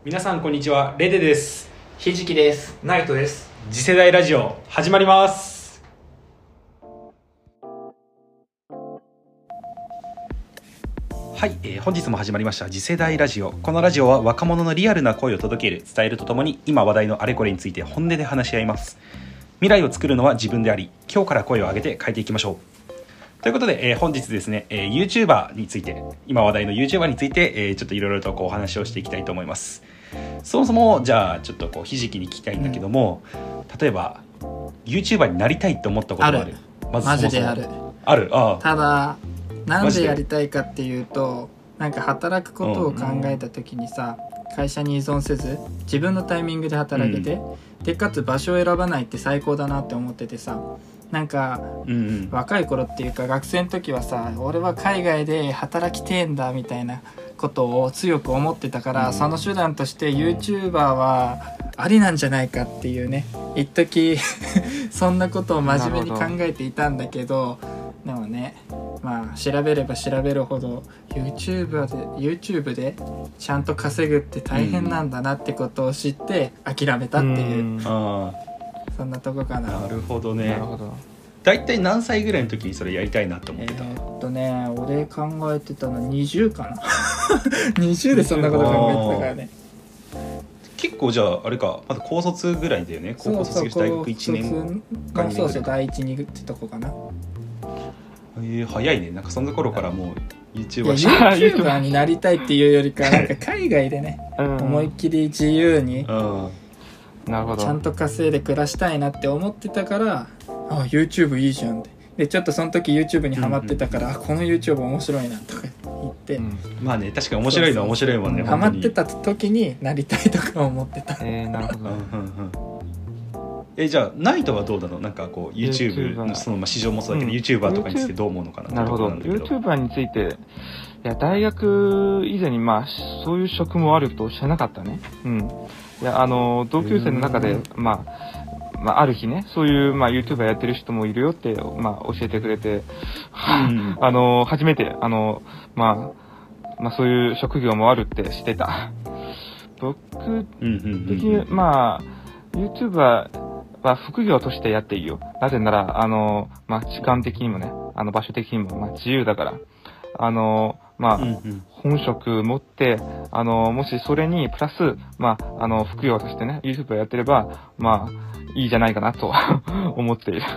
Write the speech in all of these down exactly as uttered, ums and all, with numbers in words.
皆さんこんにちは、レデです。 ひじきです。 ナイトです。 次世代ラジオ始まります。はい、えー、本日も始まりました次世代ラジオ。このラジオは若者のリアルな声を届ける、伝えるとともに今話題のあれこれについて本音で話し合います。未来を作るのは自分であり、今日から声を上げて変えていきましょう。ということで、えー、本日ですね、えー、YouTuber について、今話題の YouTuber について、えー、ちょっといろいろとこうお話をしていきたいと思います。そもそもじゃあちょっとこうひじきに聞きたいんだけども、うん、例えば YouTuber になりたいと思ったことがある？ ある。まずそもそもマジである。 ある。ああ。 ただなんでやりたいかっていうと、なんか働くことを考えた時にさ、うん、会社に依存せず自分のタイミングで働けて、うん、でかつ場所を選ばないって最高だなって思っててさ、なんか、うんうん、若い頃っていうか学生の時はさ、俺は海外で働きてえんだみたいなことを強く思ってたから、うん、その手段として YouTuber はありなんじゃないかっていうね、一時そんなことを真面目に考えていたんだけど、でもね、まあ調べれば調べるほど YouTuber で YouTube でちゃんと稼ぐって大変なんだなってことを知って諦めたっていう、うん、あそんなとこかな。 なるほどね。なるほど。だいたい何歳ぐらいの時にそれやりたいなと思ってた？ えー、っとね俺考えてたのにじゅうかなにじゅうでそんなこと考えてたからね。 結構じゃああれか、まだ高卒ぐらいだよね。高校卒業して大学いちねんかにねんぐらいか。 そうそう、第一にってとこかな。 えー、早いね。なんかそんな頃からもう YouTuber, YouTuber になりたいっていうよりかなんか海外でね思いっきり自由にちゃんと稼いで暮らしたいなって思ってたから、あ YouTube いいじゃんって。でちょっとその時 YouTube にハマってたから、うんうん、この YouTube 面白いなとか言って、うん、 まあね、確かに面白いのは面白いもんね。 ハマってた時になりたいとか思ってた。 えー、なるほど。うんうんうん、えじゃあナイトはどうだろう。なんかこう YouTube のその、まあ、市場もそうだけど、うん、YouTuber とかについてどう思うのかな。 なるほど。YouTuber について、いや大学以前にまあそういう職もあると知らなかったね。うん。いやあの同級生の中でまあ。まあ、ある日ね、そういう、まあ、YouTuber やってる人もいるよって、まあ、教えてくれて、うん、あの初めてあの、まあ、まあそういう職業もあるって知ってた。僕的に、まあ YouTuber は副業としてやっていいよ。なぜならあの、まあ、時間的にもね、あの場所的にも、まあ、自由だから。あのまあ、うんうん、本職持って、あの、もしそれにプラス、まあ、あの、副業としてね、YouTuber やってれば、まあ、いいじゃないかなと思っている。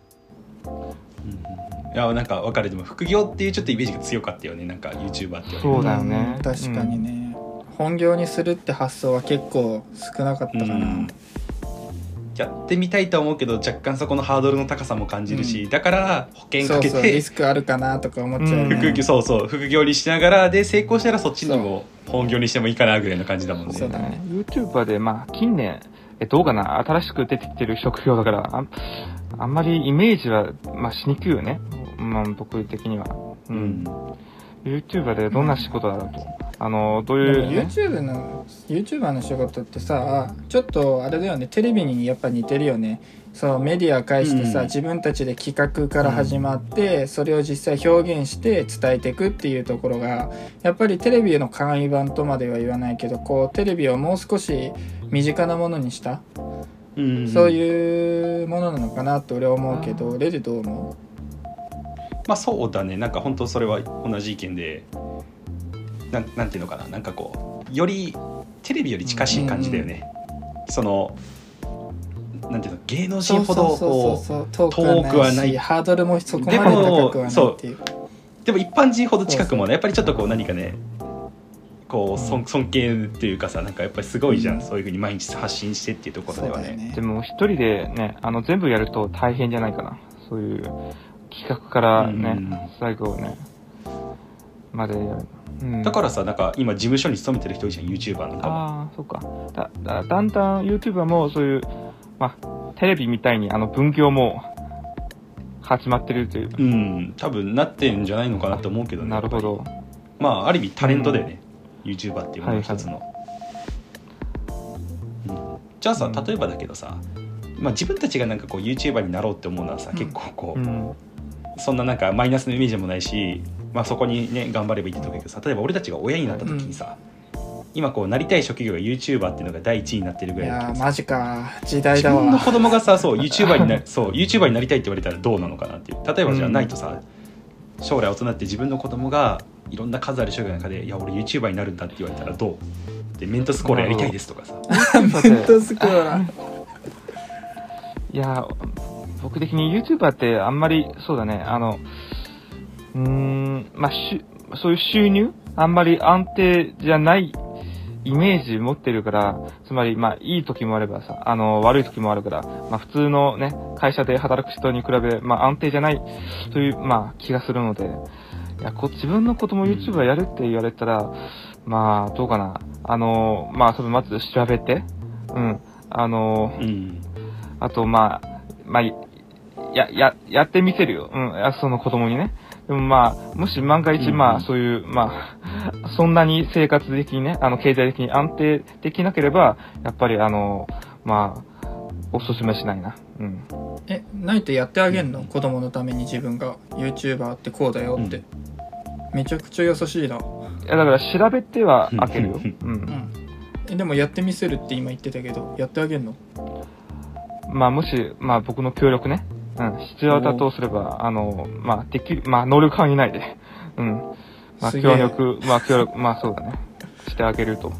うん、いや、なんか分かる。でも副業っていうちょっとイメージが強かったよね。なんか YouTuber って。 そうだよね。 確かにね、うん。本業にするって発想は結構少なかったかな。うん、 やってみたいと思うけど若干そこのハードルの高さも感じるし、うん、だから保険かけてそうそうリスクあるかなとか思っちゃう、ね、 副業そうそう副業にしながらで成功したらそっちにも本業にしてもいいかなぐらいの感じだもんね。 そうだね。 YouTuber でまあ近年えどうかな新しく出てきてる職業だからあ ん, あんまりイメージは、まあ、しにくいよね、まあ、僕的には、うん、YouTuber でどんな仕事だろうと、うんあのどういう、ね、 YouTube の YouTuber の仕事ってさちょっとあれだよね、テレビにやっぱ似てるよね。そうメディア介してさ、うん、自分たちで企画から始まって、うん、それを実際表現して伝えていくっていうところがやっぱりテレビの簡易版とまでは言わないけど、こうテレビをもう少し身近なものにした、うん、そういうものなのかなと俺は思うけど、レデどう思う？ まあそうだね。なんか本当それは同じ意見で、な, なんていうのかな、なんかこうよりテレビより近しい感じだよね、うんうん、そのなんていうの、芸能人ほどこう遠くはない、 ハードルもそこまで高くはないっていう。 でも一般人ほど近くもね、やっぱりちょっとこう何かねこう 尊, 尊敬っていうかさ、なんかやっぱりすごいじゃん、うん、そういう風に毎日発信してっていうところでは ね, ね。でも一人でねあの全部やると大変じゃないかな。そういう企画からね、うん、最後ねまでやる。 うん、だからさ、なんか今事務所に勤めてる人いるじゃん、 YouTuber なんかも。 ああ、そうか。だ, だ, だんだん YouTuber もそういう、まあ、テレビみたいにあの分業も始まってるという。 うん、多分なってんじゃないのかなと思うけどね。 なるほど。 まあある意味タレントだよね、うん、YouTuber っていうもの一つの、はいはいうん。じゃあさ、例えばだけどさ、まあ、自分たちがなんかこう YouTuber になろうって思うのはさ、うん、結構こう、うん、そんななんかマイナスのイメージもないし、まあ、そこにね頑張ればいいってとこだけどさ、例えば俺たちが親になった時にさ、 今こうなりたい職業が YouTuber っていうのが第一位になってるぐいらいだけどさ、 やーマジか時代自だわ。 分の子供がさそう YouTuber になそう YouTuber になりたいって言われたらどうなのかなっていう。例えばじゃあうんないとさ、将来大人って自分の子供がいろんな数ある職業の中でいや俺 YouTuber になるんだって言われたらどうで、メントスコーラやりたいですとかさ、 メントスコーラいや、僕的に YouTuber ってあんまり、そうだね、あの、うーん、まあ、しゅそういう収入あんまり安定じゃないイメージ持ってるから、つまり、まあ、いい時もあればさ、あの、悪い時もあるから、まあ、普通のね、会社で働く人に比べ、まあ、安定じゃないという、まあ、気がするので、いや、こ、自分の子供 YouTuber やるって言われたら、まあ、どうかな。あの、まあ、その、まず調べて、うん、あの、 うんあと、まあ、まあ、や、や、やってみせるよ。うん、その子供にね。でもまあ、もし万が一、 うんまあ、そういう、まあ、そんなに生活的にね、あの、経済的に安定できなければ、やっぱりあの、まあ、おすすめしないな。うん。 えないとやってあげんの、子供のために自分が YouTuber ってこうだよって、 うんめちゃくちゃ優しいな。 いや、だから調べては開けるよ。う。 うんんえでもやってみせるって今言ってたけどやってあげんの？ まあ、もし、まあ、僕の協力ね。うん。必要だとすれば、あの、まあ、できる、まあ、能力範囲内で。うん。まあ、 すげえ協力、まあ、協力、まあ、そうだね。してあげると。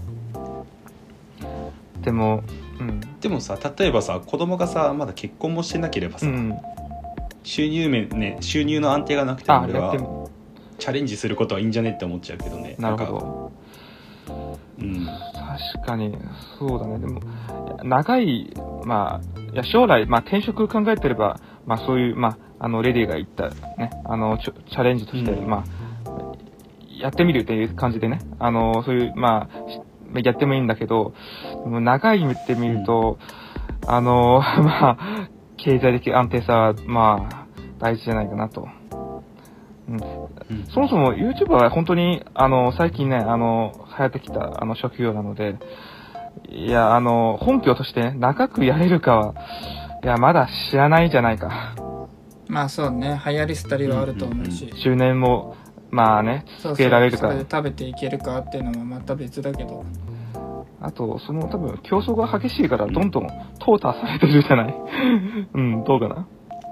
でも、うん。 でもさ、例えばさ子供がさまだ結婚もしてなければさ、 うん。 収入面ね収入の安定がなくてもあ、 俺はやってみ、 チャレンジすることはいいんじゃねって思っちゃうけどね。 なるほんかど。 うん確かに、そうだね。でも、長い、まあ、いや、将来、まあ、転職考えてれば、まあ、そういう、まあ、あの、レディーが言った、ね、あの、チャレンジとして、 うんまあ、やってみるっていう感じでね、あの、そういう、まあ、やってもいいんだけど、もう長い目で見ると、うん、あの、まあ、経済的安定さは、まあ、大事じゃないかなと。うん、そもそも YouTuber は本当に、あの、最近ね、あの、流行ってきた、あの、職業なので、いや、あの、本業として、ね、長くやれるかは、いや、まだ知らないじゃないか。 まあそうね、流行り廃りはあると思うし、 じゅうねんも、まあね、 そう続けられるか。 そうそれで食べていけるかっていうのはまた別だけど。 あと、その多分、競争が激しいから、どんどん淘汰されてるじゃない。うん、どうかな。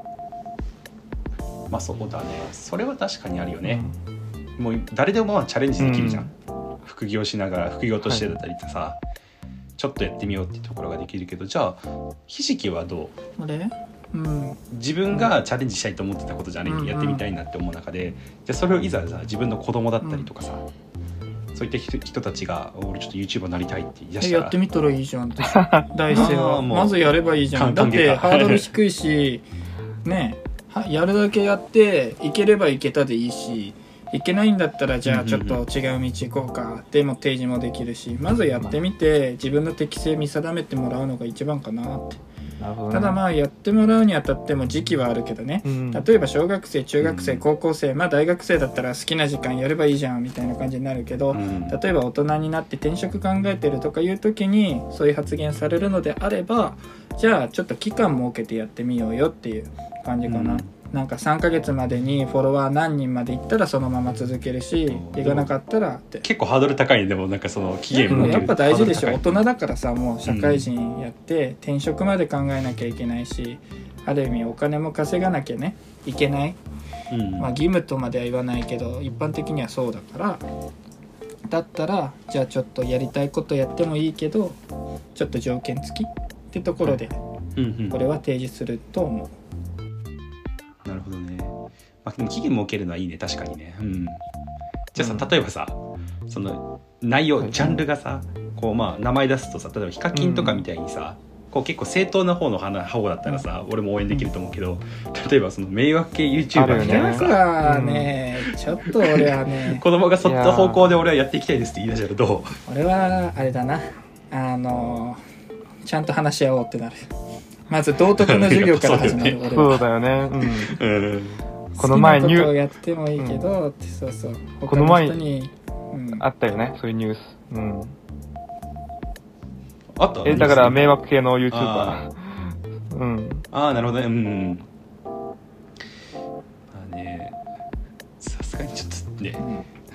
まあそうだね、それは確かにあるよね、うん、もう誰でもまあチャレンジできるじゃん、うん、副業しながら副業としてだったりってさ、はい、ちょっとやってみようっていうところができるけど、じゃあひじきはどう？ あれ、うん、 自分がチャレンジしたいと思ってたことじゃねえけど、うん、やってみたいなって思う中で、じゃあそれをいざさ自分の子供だったりとかさ、うん、そういった人たちが俺ちょっと YouTuber になりたいって言い出したらやってみたらいいじゃんって大生はまずやればいいじゃん。だってハードル低いしねえ、やるだけやっていければいけたでいいし、いけないんだったらじゃあちょっと違う道行こうかでも提示もできるし、まずやってみて自分の適性見定めてもらうのが一番かなって。 なるほどね、 ただまあやってもらうにあたっても時期はあるけどね、うん、例えば小学生中学生高校生、まあ大学生だったら好きな時間やればいいじゃんみたいな感じになるけど、うん、例えば大人になって転職考えてるとかいう時にそういう発言されるのであれば、じゃあちょっと期間設けてやってみようよっていう感じかな、うん、なんかさんかげつまでにフォロワー何人までいったらそのまま続けるし、いかなかったらって結構ハードル高いね。でもなんかその期限設けるやっぱ大事でしょ。大人だからさ、もう社会人やって転職まで考えなきゃいけないし、ある意味お金も稼がなきゃねいけない、うん、まあ義務とまでは言わないけど一般的にはそうだから、だったらじゃあちょっとやりたいことやってもいいけどちょっと条件付きってところでこれは提示すると思う、うんうん、なるほどね。まあ、でも期限設けるのはいいね、確かにね、うん、じゃあさ、例えばさ、その内容ジャンルがさこう、まあ、名前出すとさ、例えばヒカキンとかみたいにさ、うん、こう結構正当な方の方だったらさ、うん、俺も応援できると思うけど、例えばその迷惑系 YouTuber みたいなさ、 なんかね、うん、ちょっと俺はね子供がそった方向で俺はやっていきたいですって言い出したらどう？ 俺はあれだな、あのちゃんと話し合おうってなる。まず道徳の授業から始まる。俺はそうだよね、うん、うん、この前ニュース好きなことをやってもいいけど、うん、ってそうそうこの前に、うん、あったよね、そういうニュース、うん、 あった？ えだから迷惑系の YouTuber。 あー、うん、 あーなるほどね、うん、まあね、さすがにちょっとね、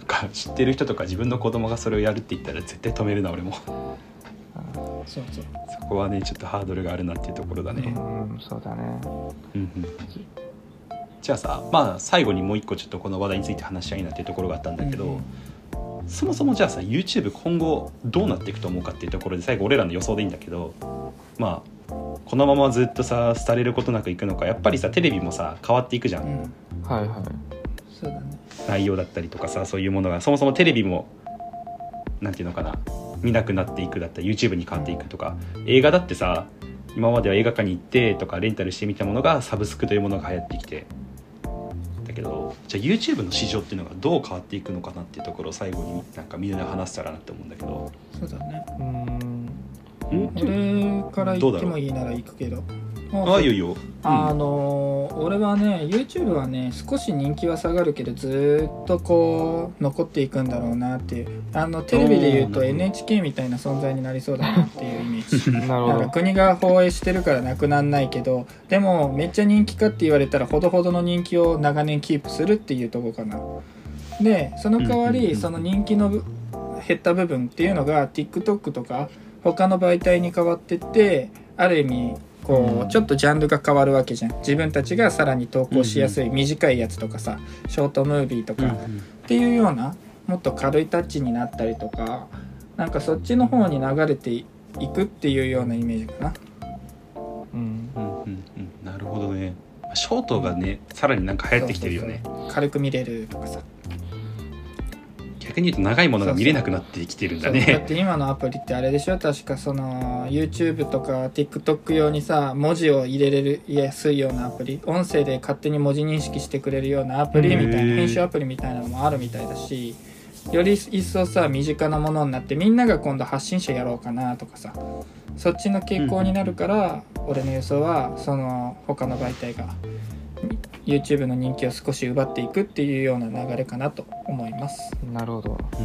か知ってる人とか自分の子供がそれをやるって言ったら絶対止めるな俺も。 そうそうそこはねちょっとハードルがあるなっていうところだね。 うんそうだね。 うんうん、じゃあさ、まあ最後にもう一個ちょっとこの話題について話し合いなっていうところがあったんだけど、うんそもそもじゃあさ YouTube 今後どうなっていくと思うかっていうところで最後俺らの予想でいいんだけど、まあこのままずっとさ廃れることなくいくのか、やっぱりさテレビもさ変わっていくじゃん、うん、 はいはいそうだね、 内容だったりとかさそういうものがそもそもテレビもなんていうのかな見なくなっていくだったり YouTube に変わっていくとか、映画だってさ今までは映画館に行ってとかレンタルしてみたものがサブスクというものが流行ってきてだけど、じゃあ YouTube の市場っていうのがどう変わっていくのかなっていうところを最後になんかみんなで話せたらなって思うんだけど。 そうだね、うーん俺から言ってもいいなら行くけど、 ああいいよいいよ、 あのー、俺はね YouTube はね少し人気は下がるけどずっとこう残っていくんだろうなっていう、あのテレビで言うと エヌエイチケー みたいな存在になりそうだなっていうイメージなるほど。 なんか国が放映してるからなくなんないけど、でもめっちゃ人気かって言われたらほどほどの人気を長年キープするっていうところかな。でその代わりその人気の減った部分っていうのが TikTok とか他の媒体に変わってって、ある意味こうちょっとジャンルが変わるわけじゃん。自分たちがさらに投稿しやすい短いやつとかさ、ショートムービーとかっていうようなもっと軽いタッチになったりとか、なんかそっちの方に流れていくっていうようなイメージかな。 うんうんうんうん、なるほどね。ショートがねさらになんか流行ってきてるよね。 そうそうそう軽く見れるとかさ、 逆に言うと長いものが見れなくなってきてるんだね。 そうそうだって今のアプリってあれでしょ、確かその YouTube とか TikTok 用にさ文字を入れれるやすいようなアプリ、音声で勝手に文字認識してくれるようなアプリみたいな、編集アプリみたいなのもあるみたいだし、より一層さ身近なものになってみんなが今度発信者やろうかなとかさ、そっちの傾向になるから、うん、俺の予想はその他の媒体が YouTube の人気を少し奪っていくっていうような流れかなと思います。 なるほど。 うん、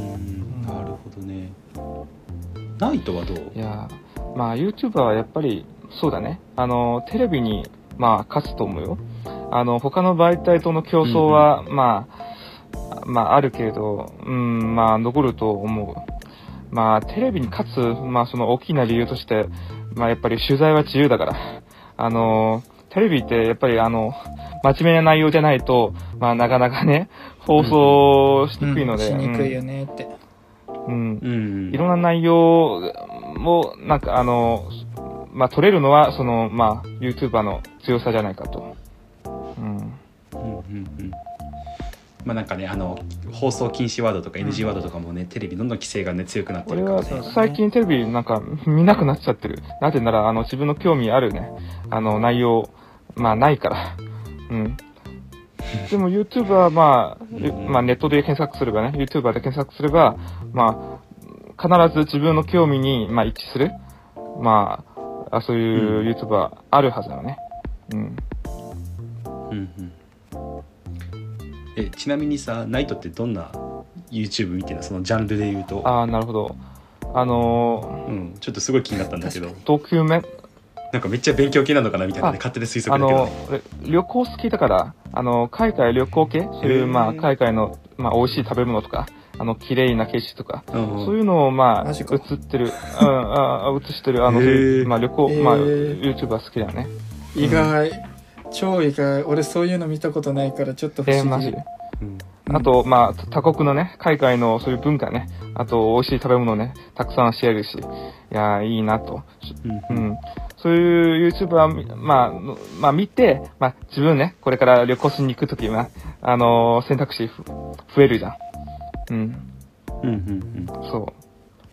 なるほどね。ナイトはどう？ いやまあ YouTuber はやっぱりそうだね、あのテレビにまあ勝つと思うよ。あの他の媒体との競争は、うんうん、まあまああるけれど、うんまあ残ると思う。まあテレビに勝つまあその大きな理由として、まあやっぱり取材は自由だから、あのテレビってやっぱりあの真面目な内容じゃないと、まあなかなかね放送しにくいので、 うんうん、しにくいよねって。 うん、 うん、 いろんな内容もなんかあのまあ取れるのはそのまあ YouTuber の強さじゃないかと。うん。うんうんうん。まあなんかねあの放送禁止ワードとか エヌジー ワードとかもね、うん、テレビどんどん規制がね強くなってるからね。 俺は最近テレビなんか見なくなっちゃってる。なぜならあの自分の興味あるねあの内容まあないから。うん。でも YouTuber はまあ、まあネットで検索すればね、YouTuber で検索すれば、まあ必ず自分の興味にまあ一致する、まあそういう YouTuber あるはずだよね。うん。 うんうん。えちなみにさ、ナイトってどんな YouTube 見てるの？そのジャンルで言うと。 ああなるほど。あのー、 うん、ちょっとすごい気になったんだけど。 ドキュメンなんかめっちゃ勉強系なのかなみたいなね、勝手で推測だけど、ね、 あの旅行好きだからあの海外旅行系、そういうまあ海外のまあ美味しい食べ物とか、あの綺麗な景色とか、そういうのをまあ映ってる、うんあ映してるあのまあ旅行まあ YouTuber 好きだよね。 意外、うん、超意外。俺そういうの見たことないからちょっと不思議。えー、マジで。 うんあと、まあ、他国のね、海外のそういう文化ね、あと、美味しい食べ物ね、たくさん知れるし、いやいいなと。うん。うん、そういう YouTuber、まあ、まあ見て、まあ自分ね、これから旅行しに行くときは、あのー、選択肢増えるじゃん。うん。 うんうんうん。 そう。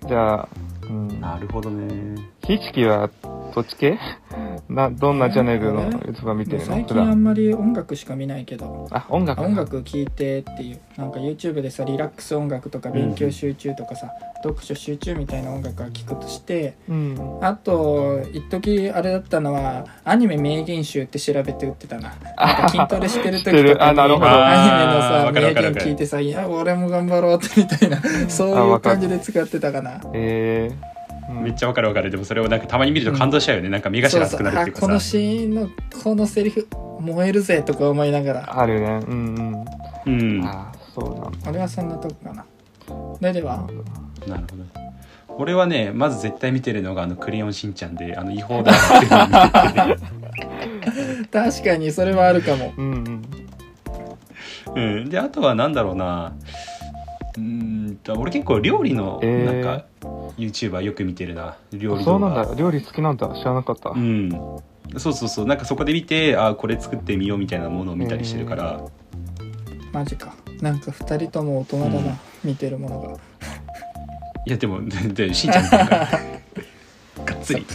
じゃあ、うん。 なるほどね。 ひいちきはどっち系などんなチャンネルの YouTuber 見てるの？ 最近あんまり音楽しか見ないけど。 あ、音楽音楽聴いてっていう。なんか YouTube でさ、リラックス音楽とか勉強集中とかさ、うん、読書集中みたいな音楽は聴くとして、うん、あと一時あれだったのはアニメ名言集って調べて売ってたな。なんか筋トレしてる時とかにアニメのさ名言聞いてさ、いや俺も頑張ろうってみたいなそういう感じで使ってたかな。 えーめっちゃわかるわかる。でもそれをなんかたまに見ると感動しちゃうよね、うん、なんか目頭熱くなるっていうかさ、 そうそう、このシーンのこのセリフ燃えるぜとか思いながらあるね。うんうん、うん、あそうなんだ。 俺はそんなとこかな。でではなるほど。俺はねまず絶対見てるのがあのクレヨンしんちゃんで、あの違法だっていうのを見てて、ね、 確かにそれはあるかも。 うんううん。 ん、であとはなんだろうな、うーんと俺結構料理のなんか YouTuber よく見てるな、料理動画。 そうなんだ、料理好きなんだ、知らなかった。 うん、そうそうそう、なんかそこで見て、あこれ作ってみようみたいなものを見たりしてるから。 マジか。なんかふたりとも大人だな、うん、見てるものが。 いやでもでしんちゃん見てるからがっつり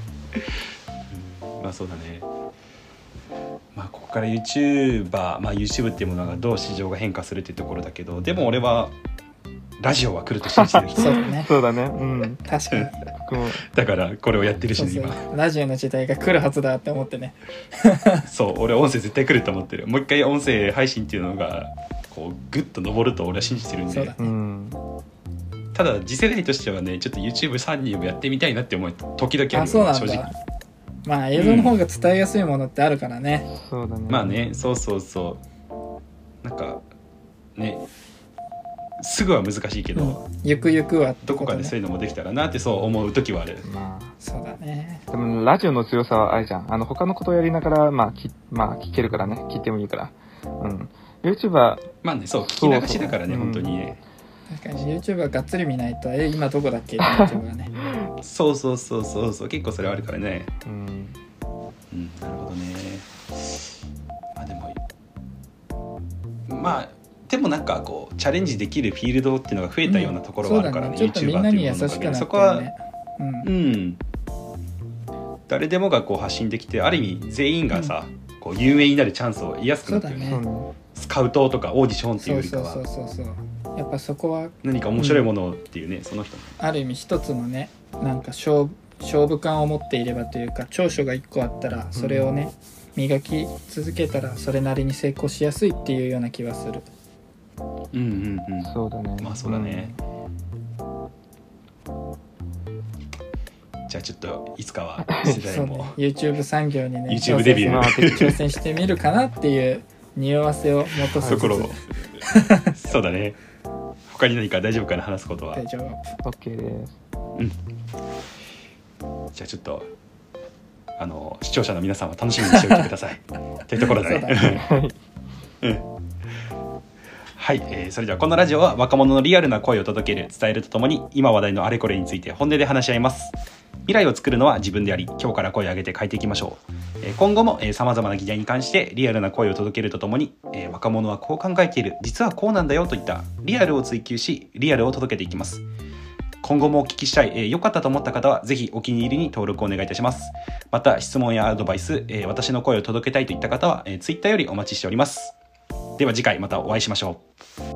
まあそうだね。まあここから YouTuber、まあ YouTube っていうものがどう市場が変化するっていうところだけど、でも俺はラジオは来ると信じてる人そうだね。 そうだね。うん。 確かに。 だからこれをやってるしね、 そうそう今。 ラジオの時代が来るはずだって思ってね。 そう俺音声絶対来ると思ってる。もう一回音声配信っていうのがこうグッと上ると俺は信じてるんで。 そうだね。 うん。 ただ次世代としてはねちょっと YouTube さんにんもやってみたいなって思う時々あるよ。 あ、そうなんだ。 正直。 まあ映像の方が伝えやすいものってあるからね。 うん、そうだね。 まあね、そうそうそうなんかねすぐは難しいけど、うん、 ゆくゆくは、ね、 どこかでそういうのもできたらなってそう思う時はある。 まあそうだね。 でもラジオの強さはあれじゃん、あの他のことをやりながらまあきまあ聞けるからね、聞いてもいいから。うん。YouTuber まあね、そう聞き流しだからね、 そうそう、 本当にね。 確かに YouTuber がっつり見ないとえ今どこだっけってなっちゃうからね。 そうそうそうそうそう、結構それはあるからね。 うん、 うん、なるほどね。まあでもまあでもなんかこうチャレンジできるフィールドっていうのが増えたようなところがあるからね、 うん、そうだね。ちょっとみんなに優しくなったよね。 そこは、 うん、 うん、誰でもがこう発信できて、ある意味全員がさ、うん、こう有名になるチャンスを得やすくなってるね。スカウトとかオーディションっていうよりかは、 そうそうそうそう、やっぱそこは何か面白いものっていうね、うん、その人のある意味一つのね、なんか勝負勝負感を持っていればというか、長所がいっこあったらそれをね、うん、磨き続けたらそれなりに成功しやすいっていうような気はする。 うんうんうん、 そうだね。 まあそうだね、うん、じゃあちょっといつかは世代も、 ね、YouTube 産業にね YouTube デビュー挑戦してみるかなっていう匂わせを持たせつつところそうだね。他に何か大丈夫かな、話すことは。 大丈夫。 OK です。 うん。じゃあちょっとあの視聴者の皆さんは楽しみにしておいてくださいというところで、ねうん、はい、えー、それではこのラジオは若者のリアルな声を届ける、伝えるとともに今話題のあれこれについて本音で話し合います。未来を作るのは自分であり、今日から声を上げて変えていきましょう。えー、今後もさまざまな議題に関してリアルな声を届けるとともに、えー、若者はこう考えている、実はこうなんだよといったリアルを追求し、リアルを届けていきます。今後もお聞きしたい、えー、良かったと思った方はぜひお気に入りに登録をお願いいたします。また質問やアドバイス、えー、私の声を届けたいといった方は、えー、Twitter よりお待ちしております。では次回またお会いしましょう。